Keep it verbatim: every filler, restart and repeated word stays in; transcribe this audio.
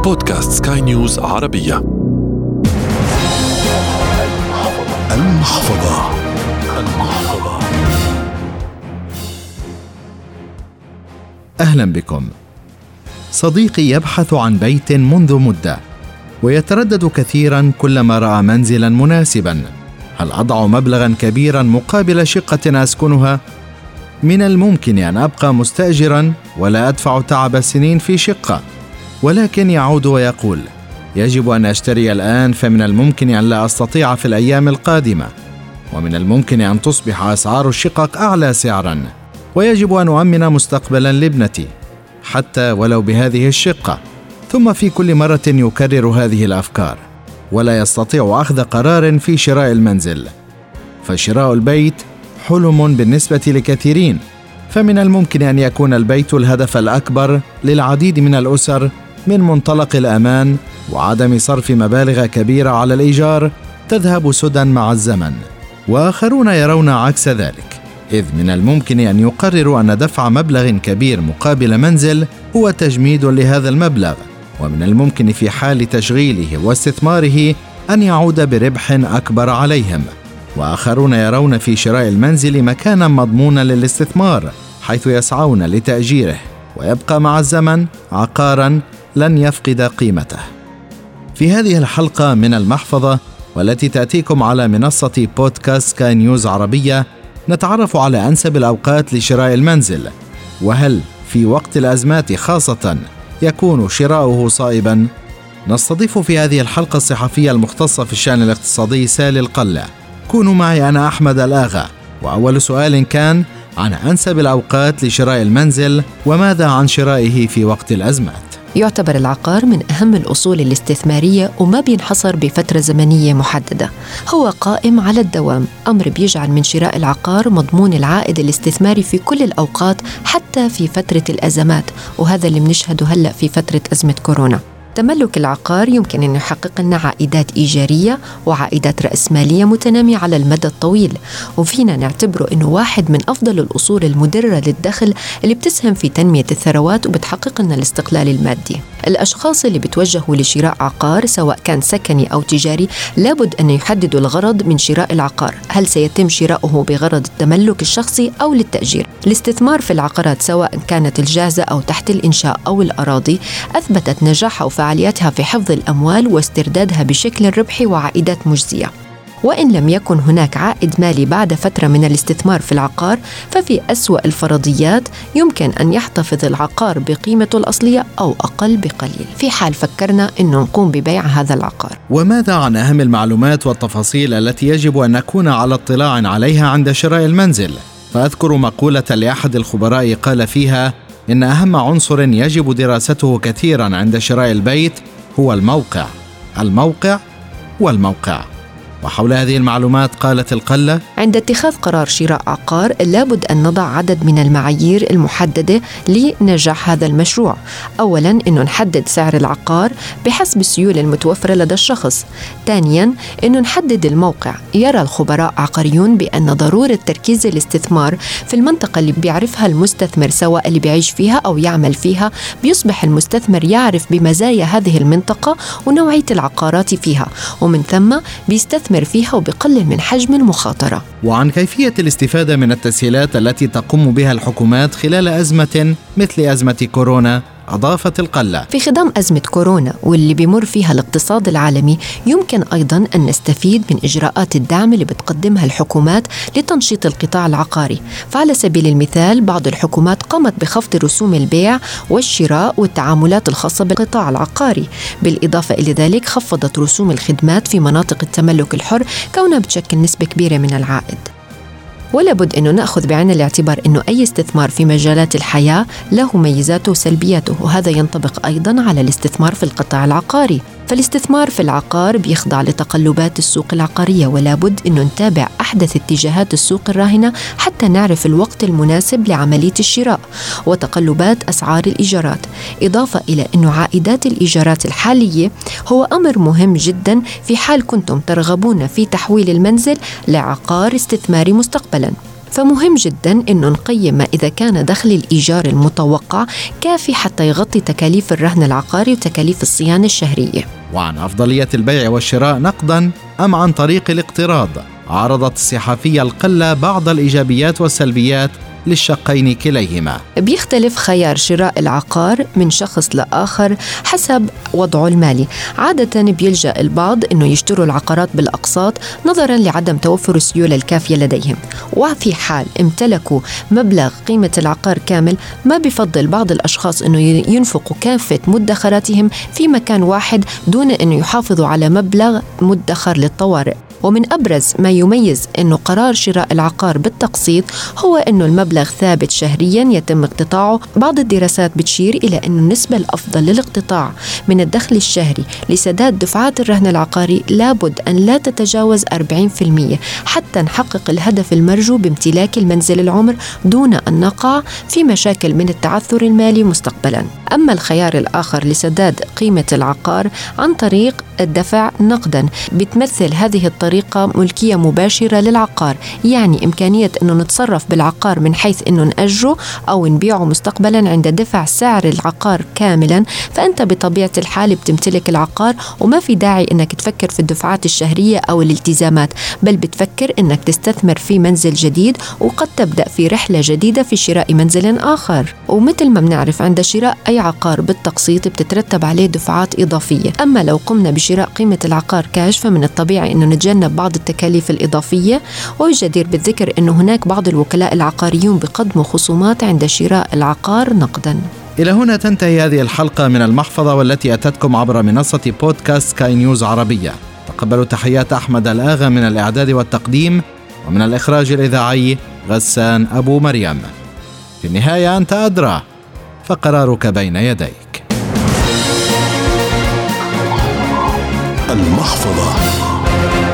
بودكاست سكاي نيوز عربية. المحفظة. المحفظة. أهلا بكم. صديقي يبحث عن بيت منذ مدة ويتردد كثيرا كلما رأى منزلا مناسبا. هل أضع مبلغا كبيرا مقابل شقة أسكنها؟ من الممكن أن أبقى مستأجرا ولا أدفع تعب السنين في شقة، ولكن يعود ويقول يجب أن أشتري الآن، فمن الممكن أن لا أستطيع في الأيام القادمة، ومن الممكن أن تصبح أسعار الشقق أعلى سعرا، ويجب أن أؤمن مستقبلا لابنتي حتى ولو بهذه الشقة. ثم في كل مرة يكرر هذه الأفكار ولا يستطيع أخذ قرار في شراء المنزل. فشراء البيت حلم بالنسبة لكثيرين، فمن الممكن أن يكون البيت الهدف الأكبر للعديد من الأسر من منطلق الأمان وعدم صرف مبالغ كبيرة على الإيجار تذهب سدى مع الزمن. وآخرون يرون عكس ذلك، إذ من الممكن أن يقرروا أن دفع مبلغ كبير مقابل منزل هو تجميد لهذا المبلغ، ومن الممكن في حال تشغيله واستثماره أن يعود بربح أكبر عليهم. وآخرون يرون في شراء المنزل مكانا مضمونا للاستثمار، حيث يسعون لتأجيره ويبقى مع الزمن عقارا لن يفقد قيمته. في هذه الحلقة من المحفظة، والتي تأتيكم على منصة بودكاست سكاي نيوز عربية، نتعرف على أنسب الأوقات لشراء المنزل، وهل في وقت الأزمات خاصة يكون شراؤه صائبا؟ نستضيف في هذه الحلقة الصحفية المختصة في الشأن الاقتصادي سالي القلة. كونوا معي أنا أحمد الآغا. وأول سؤال كان عن أنسب الأوقات لشراء المنزل، وماذا عن شرائه في وقت الأزمات؟ يعتبر العقار من أهم الأصول الاستثمارية وما بينحصر بفترة زمنية محددة، هو قائم على الدوام، أمر بيجعل من شراء العقار مضمون العائد الاستثماري في كل الأوقات حتى في فترة الأزمات، وهذا اللي بنشهده هلأ في فترة أزمة كورونا. تملك العقار يمكن أن يحقق لنا عائدات إيجارية وعائدات رأسمالية متنامية على المدى الطويل، وفينا نعتبره أنه واحد من أفضل الأصول المدرة للدخل اللي بتسهم في تنمية الثروات وبتحقق لنا الاستقلال المادي. الأشخاص اللي بتوجهوا لشراء عقار سواء كان سكني أو تجاري لابد أن يحددوا الغرض من شراء العقار، هل سيتم شراؤه بغرض التملك الشخصي أو للتأجير. الاستثمار في العقارات سواء كانت الجاهزة أو تحت الإنشاء أو الأراضي أثبتت نجاحها وفعاليتها في حفظ الأموال واستردادها بشكل ربحي وعائدات مجزية. وإن لم يكن هناك عائد مالي بعد فترة من الاستثمار في العقار، ففي أسوأ الفرضيات يمكن أن يحتفظ العقار بقيمته الأصلية أو أقل بقليل في حال فكرنا أنه نقوم ببيع هذا العقار. وماذا عن أهم المعلومات والتفاصيل التي يجب أن نكون على اطلاع عليها عند شراء المنزل؟ فأذكر مقولة لأحد الخبراء قال فيها إن أهم عنصر يجب دراسته كثيرا عند شراء البيت هو الموقع. الموقع والموقع. وحول هذه المعلومات قالت القلة: عند اتخاذ قرار شراء عقار لابد أن نضع عدد من المعايير المحددة لنجاح هذا المشروع. أولاً أنه نحدد سعر العقار بحسب السيولة المتوفرة لدى الشخص. ثانياً أنه نحدد الموقع. يرى الخبراء عقاريون بأن ضرورة تركيز الاستثمار في المنطقة اللي بيعرفها المستثمر سواء اللي بيعيش فيها أو يعمل فيها، بيصبح المستثمر يعرف بمزايا هذه المنطقة ونوعية العقارات فيها، ومن ثم بيستثمر فيها وبقلل من حجم المخاطرة. وعن كيفية الاستفادة من التسهيلات التي تقوم بها الحكومات خلال أزمة مثل أزمة كورونا، أضافت القلة: في خضم أزمة كورونا واللي بيمر فيها الاقتصاد العالمي، يمكن أيضاً أن نستفيد من إجراءات الدعم اللي بتقدمها الحكومات لتنشيط القطاع العقاري. فعلى سبيل المثال بعض الحكومات قامت بخفض رسوم البيع والشراء والتعاملات الخاصة بالقطاع العقاري، بالإضافة إلى ذلك خفضت رسوم الخدمات في مناطق التملك الحر كونها بتشكل نسبة كبيرة من العائد. ولا بد أنه نأخذ بعين الاعتبار أنه أي استثمار في مجالات الحياة له ميزاته وسلبياته، وهذا ينطبق أيضاً على الاستثمار في القطاع العقاري. فالاستثمار في العقار بيخضع لتقلبات السوق العقارية، ولا بد أنه نتابع أحدث اتجاهات السوق الراهنة حتى نعرف الوقت المناسب لعملية الشراء وتقلبات أسعار الإيجارات، إضافة إلى أنه عائدات الإيجارات الحالية هو أمر مهم جدا في حال كنتم ترغبون في تحويل المنزل لعقار استثماري مستقبلا. فمهم جدا أنه نقيم ما إذا كان دخل الإيجار المتوقع كافي حتى يغطي تكاليف الرهن العقاري وتكاليف الصيانة الشهرية. وعن أفضلية البيع والشراء نقدا أم عن طريق الاقتراض، عرضت الصحفية القلة بعض الإيجابيات والسلبيات للشقين كليهما. بيختلف خيار شراء العقار من شخص لآخر حسب وضعه المالي. عادة بيلجأ البعض أنه يشتروا العقارات بالأقساط نظرا لعدم توفر السيولة الكافية لديهم، وفي حال امتلكوا مبلغ قيمة العقار كامل ما بيفضل بعض الأشخاص أنه ينفقوا كافة مدخراتهم في مكان واحد دون أنه يحافظوا على مبلغ مدخر للطوارئ. ومن أبرز ما يميز أنه قرار شراء العقار بالتقسيط هو أنه المبلغ ثابت شهرياً يتم اقتطاعه. بعض الدراسات بتشير إلى أن النسبة الأفضل للاقتطاع من الدخل الشهري لسداد دفعات الرهن العقاري لابد أن لا تتجاوز أربعين بالمئة حتى نحقق الهدف المرجو بامتلاك المنزل العمر دون أن نقع في مشاكل من التعثر المالي مستقبلاً. أما الخيار الآخر لسداد قيمة العقار عن طريق الدفع نقداً، بتمثل هذه الطريقة ملكية مباشرة للعقار، يعني إمكانية أنه نتصرف بالعقار من حيث أنه نأجره أو نبيعه مستقبلاً عند دفع سعر العقار كاملاً. فأنت بطبيعة الحال بتمتلك العقار وما في داعي أنك تفكر في الدفعات الشهرية أو الالتزامات، بل بتفكر أنك تستثمر في منزل جديد وقد تبدأ في رحلة جديدة في شراء منزل آخر. ومثل ما بنعرف عند شراء أي عقار بالتقسيط بتترتب عليه دفعات إضافية. أما لو قمنا بشراء قيمة العقار كاش فمن الطبيعي أنه نتجنب بعض التكاليف الإضافية. والجدير بالذكر أنه هناك بعض الوكلاء العقاريون بقدموا خصومات عند شراء العقار نقدا. إلى هنا تنتهي هذه الحلقة من المحفظة والتي أتتكم عبر منصة بودكاست سكاي نيوز عربية. تقبلوا تحيات أحمد الآغا من الإعداد والتقديم، ومن الإخراج الإذاعي غسان أبو مريم. في النهاية أنت أدرى، فقرارك بين يديك. المحفظة.